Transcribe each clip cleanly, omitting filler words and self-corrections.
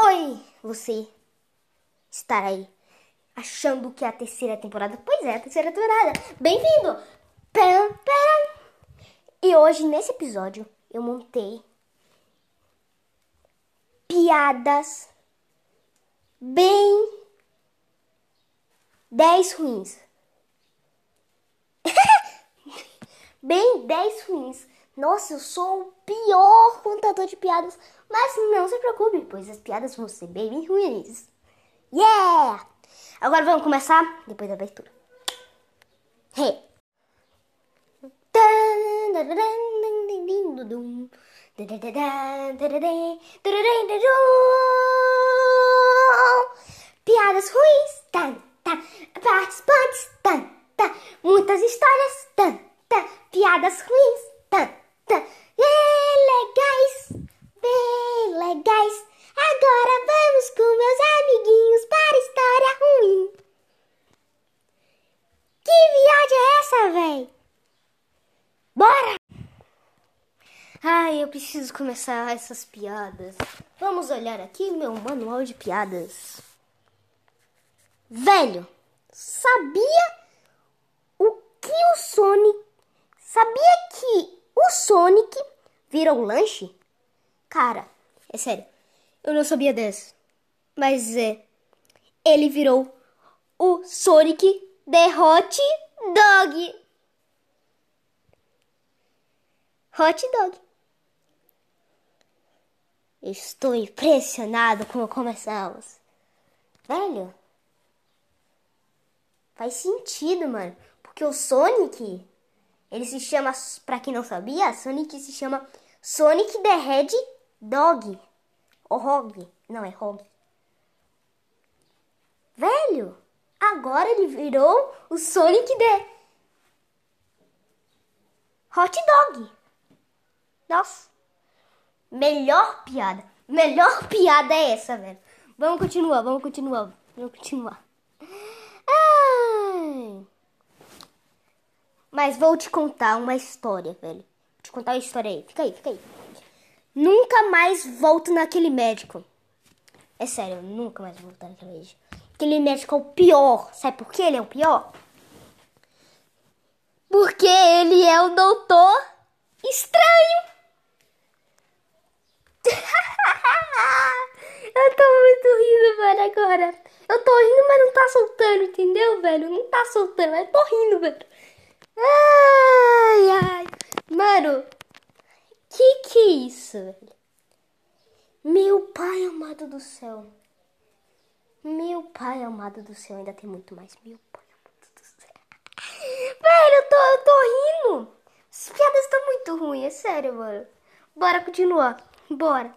Oi, você estar aí achando que é a terceira temporada? Pois é, a terceira temporada. Bem-vindo! Pam, pam. E hoje, nesse episódio, eu montei piadas bem 10 ruins. Bem 10 ruins. Nossa, eu sou o pior contador de piadas. Mas não se preocupe, pois as piadas vão ser bem ruins. Yeah! Agora vamos começar depois da abertura. Hey! Piadas ruins, participantes, muitas histórias, piadas ruins, legais, bem legais. Agora vamos com meus amiguinhos para história ruim. Que viagem é essa, véi? Bora! Ai, eu preciso começar essas piadas. Vamos olhar aqui meu manual de piadas. Velho, sabia que o Sonic virou lanche? Cara, é sério, eu não sabia dessa. Mas ele virou o Sonic the Hot Dog. Hot Dog. Estou impressionado como começamos. Velho, faz sentido, mano. Porque o Sonic, ele se chama, pra quem não sabia, Sonic se chama Sonic the Hedgehog. Ou Hog. Não, é Hog. Velho, agora ele virou o Sonic the Hot Dog. Nossa. Melhor piada é essa, velho. Vamos continuar. Ai. Mas vou te contar uma história, velho. Vou te contar uma história aí. Fica aí. Nunca mais volto naquele médico. É sério, eu nunca mais vou voltar naquele médico. Aquele médico é o pior. Sabe por que ele é o pior? Porque ele é o Doutor Estranho. Eu tô muito rindo, velho, agora. Eu tô rindo, mas não tá soltando, entendeu, velho? Não tá soltando, mas eu tô rindo, velho. Ai. Mano, que é isso, velho? Meu pai amado do céu. Ainda tem muito mais. Meu pai amado do céu. Velho, eu tô rindo. As piadas estão muito ruins, é sério, mano. Bora continuar. Bora.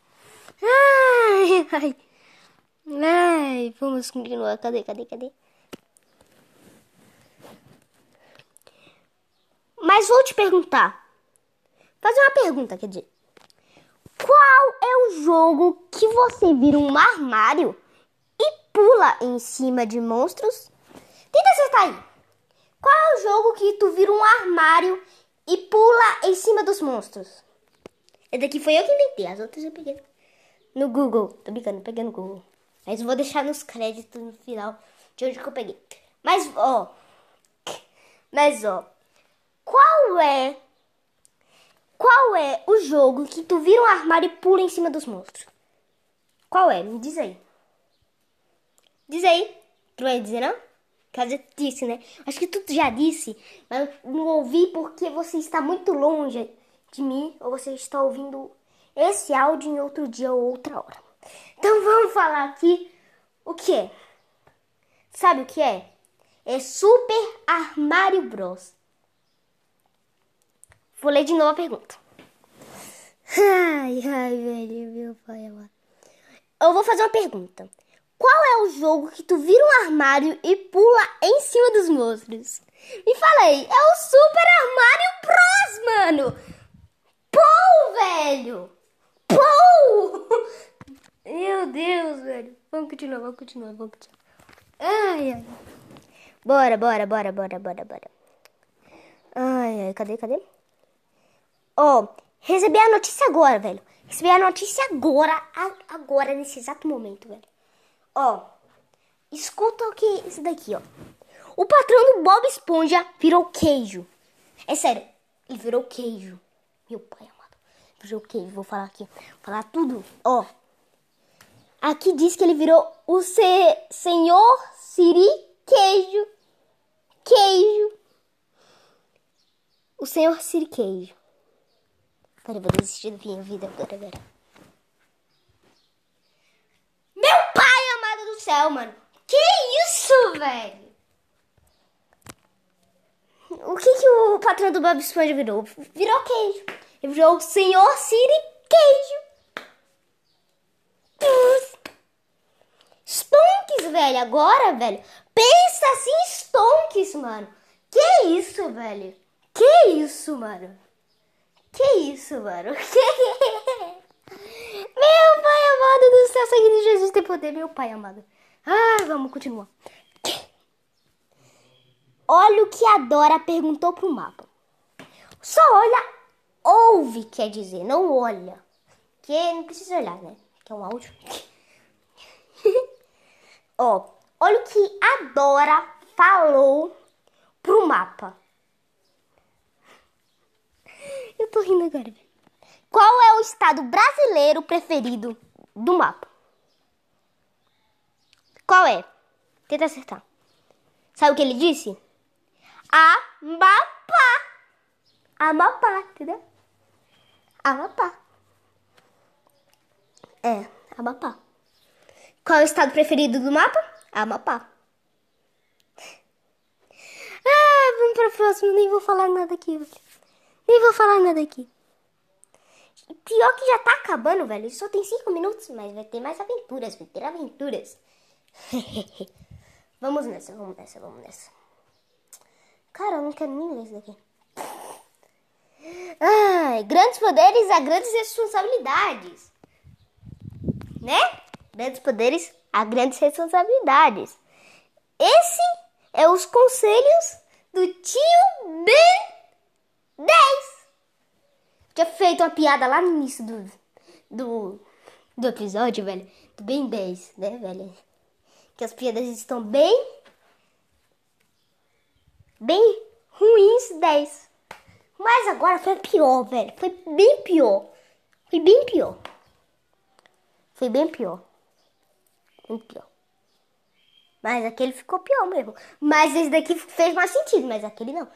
Ai, vamos continuar. Cadê? Mas vou te perguntar. Fazer uma pergunta, quer dizer. Qual é o jogo que você vira um armário e pula em cima de monstros? Tenta acertar aí. Qual é o jogo que tu vira um armário e pula em cima dos monstros? Esse daqui foi eu que inventei, as outras eu peguei no Google. Tô brincando, peguei no Google. Mas eu vou deixar nos créditos no final de onde que eu peguei. Mas, ó. Qual é o jogo que tu vira um armário e pula em cima dos monstros? Qual é? Me diz aí. Diz aí. Tu vai dizer não? Caso disse, né? Acho que tu já disse, mas eu não ouvi porque você está muito longe de mim, ou você está ouvindo esse áudio em outro dia ou outra hora. Então vamos falar aqui o que é. Sabe o que é? É Super Armário Bros. Vou ler de novo a pergunta. Ai, velho, meu pai amado. Eu vou fazer uma pergunta. Qual é o jogo que tu vira um armário e pula em cima dos monstros? Me fala aí. É o Super Armário Bros, mano. Pou, velho. Pou. Meu Deus, velho. Vamos continuar. Ai. Bora. Ai, cadê? Ó, recebi a notícia agora, velho. Recebi a notícia agora, nesse exato momento, velho. Ó, escuta o que isso daqui, ó. O patrão do Bob Esponja virou queijo. É sério, ele virou queijo. Meu pai amado, virou queijo. Vou falar aqui, falar tudo. Ó, aqui diz que ele virou o Senhor Siri Queijo. Queijo. O Senhor Siri Queijo. Peraí, vou desistir da minha vida agora. Meu pai amado do céu, mano. Que isso, velho? O que o patrão do Bob Esponja virou? Virou queijo. Ele virou o Senhor Siri Queijo. Stonks, velho. Agora, velho. Pensa assim, Stonks, mano. Que isso, velho? Que isso, mano? Que isso, mano? Meu pai amado do céu, sangue de Jesus tem poder, meu pai amado. Vamos continuar. Olha o que a Dora perguntou pro mapa. Só olha, ouve, quer dizer, não olha. Que não precisa olhar, né? Que é um áudio. Ó, olha o que a Dora falou pro mapa. Eu tô rindo agora. Qual é o estado brasileiro preferido do mapa? Qual é? Tenta acertar. Sabe o que ele disse? Amapá. Amapá, entendeu? Amapá. É, Amapá. Qual é o estado preferido do mapa? Amapá. Vamos para o próximo. Nem vou falar nada aqui, velho. Nem vou falar nada aqui. Pior que já tá acabando, velho. Só tem 5 minutos, mas vai ter mais aventuras. Vai ter aventuras. Vamos nessa. Cara, eu não quero nem ler isso daqui. Grandes poderes há grandes responsabilidades. Né? Grandes poderes há grandes responsabilidades. Esse é os conselhos do tio Ben 10. Tinha feito uma piada lá no início do episódio, velho. Do Ben 10, né, velho? Que as piadas estão bem ruins 10. Mas agora foi pior, velho. Foi bem pior. Mas aquele ficou pior mesmo. Mas esse daqui fez mais sentido, mas aquele não.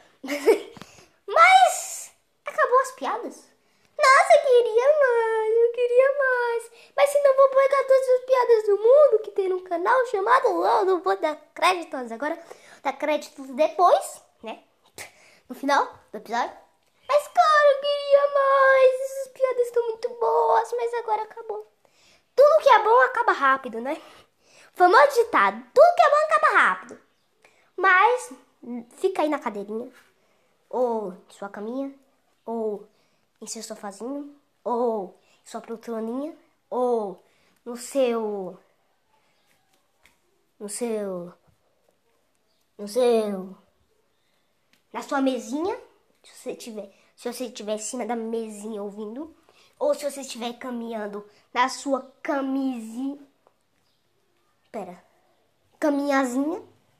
Mas acabou as piadas. Nossa, eu queria mais. Mas se não, vou pegar todas as piadas do mundo que tem no canal chamado Eu não vou dar créditos agora. Dar créditos depois, né? No final do episódio. Mas, cara, eu queria mais. Essas piadas estão muito boas, mas agora acabou. Tudo que é bom acaba rápido, né? Famoso ditado. Tudo que é bom acaba rápido. Mas fica aí na cadeirinha. Ou em sua caminha. Ou em seu sofazinho. Ou em sua poltroninha. Ou no seu... Na sua mesinha. Se você estiver em cima da mesinha ouvindo. Ou se você estiver caminhando na sua camisinha. Caminhazinha.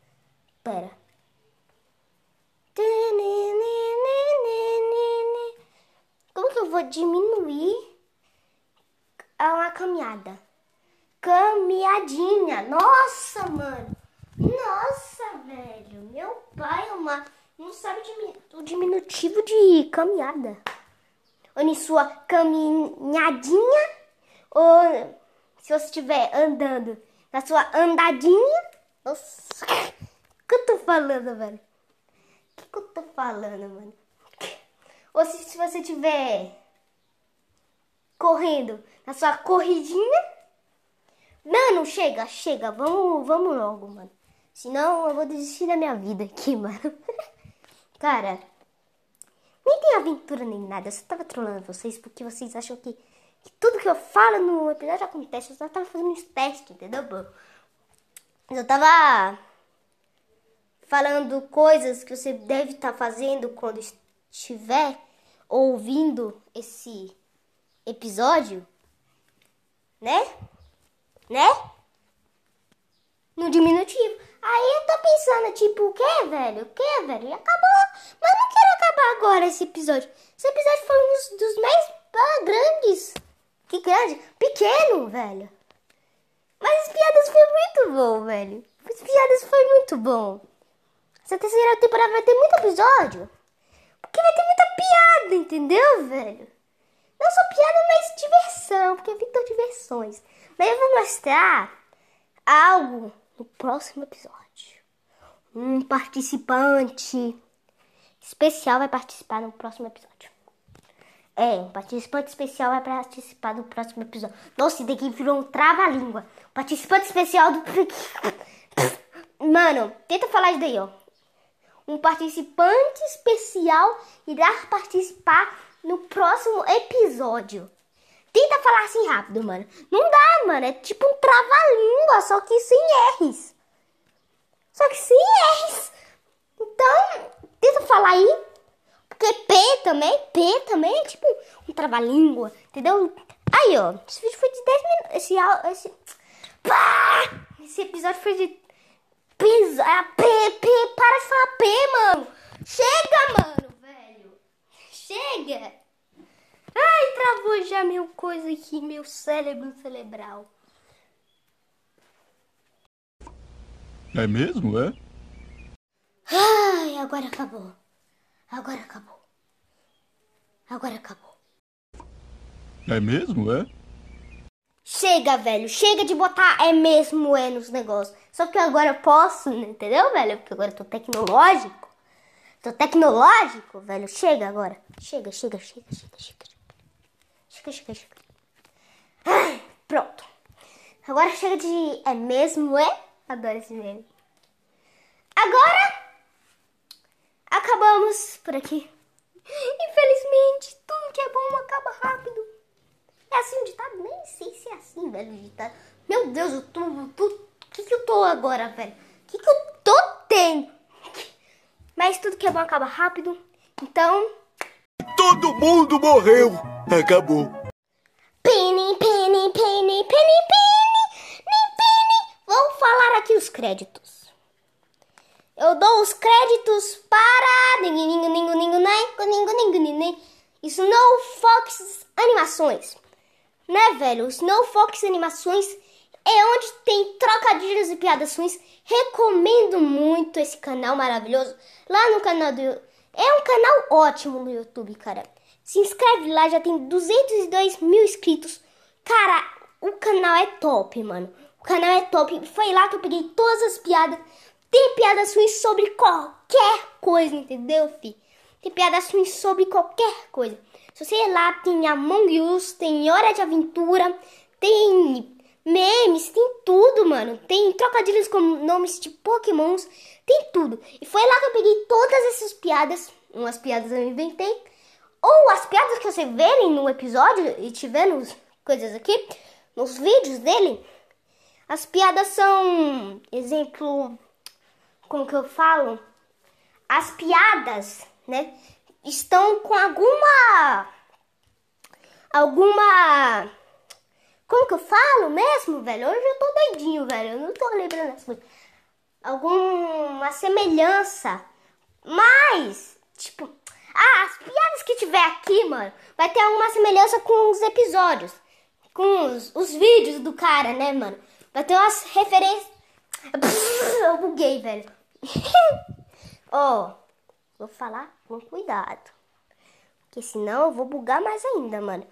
Como que eu vou diminuir uma caminhada? Caminhadinha. Nossa, mano. Nossa, velho. Meu pai não sabe o diminutivo de caminhada. Ou em sua caminhadinha. Ou se você estiver andando na sua andadinha. Nossa. O que eu tô falando, velho? O que eu tô falando, mano? Ou se você estiver correndo na sua corridinha. Mano, chega. Vamos logo, mano. Senão eu vou desistir da minha vida aqui, mano. Cara, nem tem aventura nem nada. Eu só tava trolando vocês porque vocês acham que tudo que eu falo no episódio acontece. Eu só tava fazendo uns testes, entendeu? Eu tava falando coisas que você deve estar fazendo quando estiver ouvindo esse episódio, né? No diminutivo. Aí eu tô pensando, tipo, o que, velho? O que, velho? E acabou. Mas eu não quero acabar agora esse episódio. Esse episódio foi um dos mais grandes. Que grande? Pequeno, velho. Mas as piadas foi muito bom, velho. As piadas foi muito bom. Essa terceira temporada vai ter muito episódio. Porque vai ter muita piada, entendeu, velho? Não só piada, mas diversão. Porque é Victor Diversões. Mas eu vou mostrar algo no próximo episódio. Um participante especial vai participar no próximo episódio. Um participante especial vai participar do próximo episódio. Nossa, isso daqui virou um trava-língua. Participante especial do... Mano, tenta falar isso daí, ó. Um participante especial irá participar no próximo episódio. Tenta falar assim rápido, mano. Não dá, mano. É tipo um trava-língua, só que sem R's. Então, tenta falar aí. Porque P também é tipo um trava-língua, entendeu? Aí, ó. Esse vídeo foi de 10 minutos. Esse episódio foi de... Para de falar P, mano. Chega, mano, velho. Chega. Ai, travou já meu coisa aqui, meu cérebro cerebral. É mesmo, é? Ai, agora acabou. É mesmo, é? Chega, velho. Chega de botar é mesmo é nos negócios. Só que agora eu posso, entendeu, velho? Porque agora eu tô tecnológico. Velho. Chega agora. Chega. Ai, pronto. Agora chega de é mesmo é. Adoro esse meme. Agora acabamos por aqui. Infelizmente, tudo que é bom acaba rápido. É assim o ditado? Nem sei se é assim, velho, o ditado. Meu Deus, eu tô... O que eu tô agora, velho? O que eu tô tendo? Mas tudo que é bom acaba rápido. Então... Todo mundo morreu. Acabou. Penny. Vou falar aqui os créditos. Eu dou os créditos para... Snow Fox Animações. Né, velho? Snow Fox Animações é onde tem trocadilhos e piadas ruins. Recomendo muito esse canal maravilhoso. Lá no canal do... É um canal ótimo no YouTube, cara. Se inscreve lá, já tem 202 mil inscritos. Cara, o canal é top, mano. O canal é top. Foi lá que eu peguei todas as piadas. Tem piadas ruins sobre qualquer coisa, entendeu, fi? Tem piadas ruins sobre qualquer coisa. Se você ir lá, tem Among Us, tem Hora de Aventura, tem memes, tem tudo, mano. Tem trocadilhos com nomes de Pokémons, tem tudo. E foi lá que eu peguei todas essas piadas. Umas piadas eu inventei. Ou as piadas que você verem no episódio e tiver coisas aqui, nos vídeos dele. As piadas são, exemplo, como que eu falo? As piadas, né, estão com alguma, como que eu falo mesmo, velho? Hoje eu tô doidinho, velho, eu não tô lembrando as coisas. Alguma semelhança, mas, tipo, as piadas que tiver aqui, mano, vai ter alguma semelhança com os episódios, com os vídeos do cara, né, mano? Vai ter umas referências. Eu buguei, velho. Vou falar com cuidado, porque senão eu vou bugar mais ainda, mano.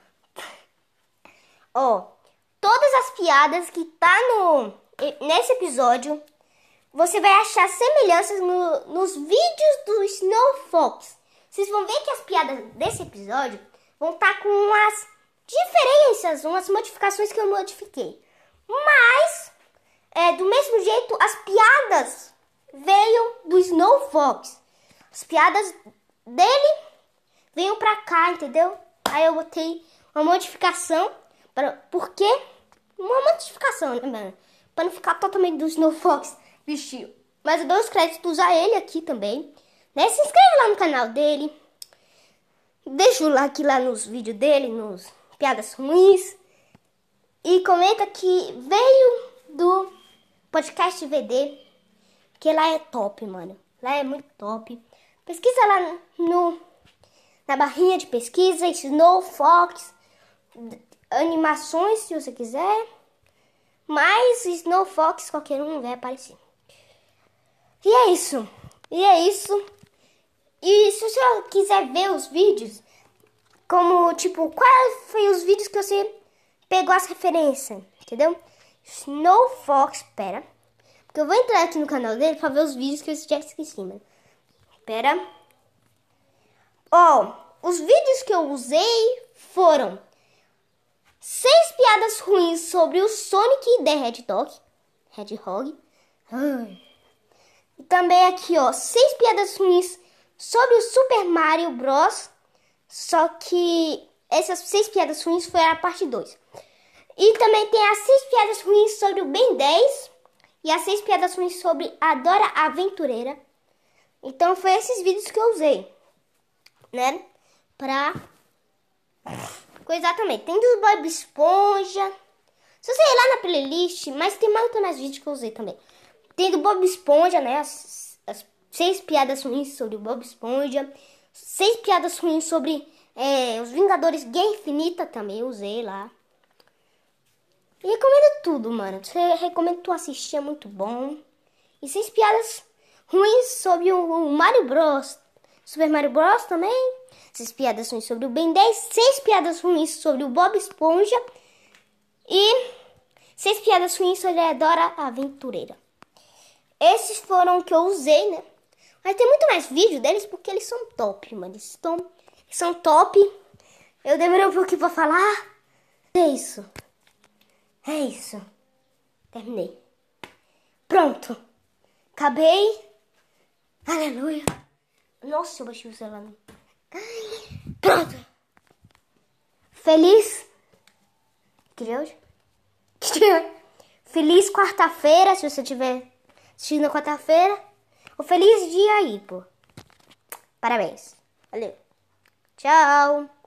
Todas as piadas que tá nesse episódio, você vai achar semelhanças nos vídeos do Snow Fox. Vocês vão ver que as piadas desse episódio vão estar com umas diferenças, umas modificações que eu modifiquei. Mas, do mesmo jeito, as piadas veio do Snow Fox. As piadas dele veio pra cá, entendeu? Aí eu botei uma modificação. Por quê? Uma modificação, né, mano? Pra não ficar totalmente do Snow Fox vestido. Mas eu dou os créditos a ele aqui também, né? Se inscreve lá no canal dele. Deixa o like lá nos vídeos dele, nos piadas ruins. E comenta que veio do podcast VD, que lá é top, mano. Lá é muito top. Pesquisa lá na barrinha de pesquisa, Snow Fox, animações, se você quiser. Mas Snow Fox, qualquer um vai aparecer. E é isso. E se você quiser ver os vídeos, como, tipo, quais foi os vídeos que você pegou as referências, entendeu? Snow Fox, pera. Porque eu vou entrar aqui no canal dele pra ver os vídeos que eu já esqueci, mano. Pera. Os vídeos que eu usei foram 6 piadas ruins sobre o Sonic e the Hedgehog. E também aqui, 6 piadas ruins sobre o Super Mario Bros. Só que essas 6 piadas ruins foi a parte 2. E também tem as 6 piadas ruins sobre o Ben 10 e as 6 piadas ruins sobre a Dora Aventureira. Então foi esses vídeos que eu usei, né? Pra coisa também. Tem do Bob Esponja. Se você ir lá na playlist, mas tem mais vídeos que eu usei também. Tem do Bob Esponja, né? As 6 piadas ruins sobre o Bob Esponja. 6 piadas ruins sobre os Vingadores Guerra Infinita também eu usei lá. E recomendo tudo, mano. Recomendo tu assistir, é muito bom. E 6 piadas ruins sobre o Mario Bros. Super Mario Bros também. 6 piadas ruins sobre o Ben 10. 6 piadas ruins sobre o Bob Esponja. E 6 piadas ruins sobre a Dora Aventureira. Esses foram que eu usei, né? Mas tem muito mais vídeo deles porque eles são top, mano. Eles são top. Eu demorei um pouquinho pra falar. É isso. Terminei. Pronto. Acabei. Aleluia. Nossa, eu baixei o celular. Pronto. Feliz. Que dia é hoje? Feliz quarta-feira, se você estiver assistindo na quarta-feira. Ou feliz dia aí, pô. Parabéns. Valeu. Tchau.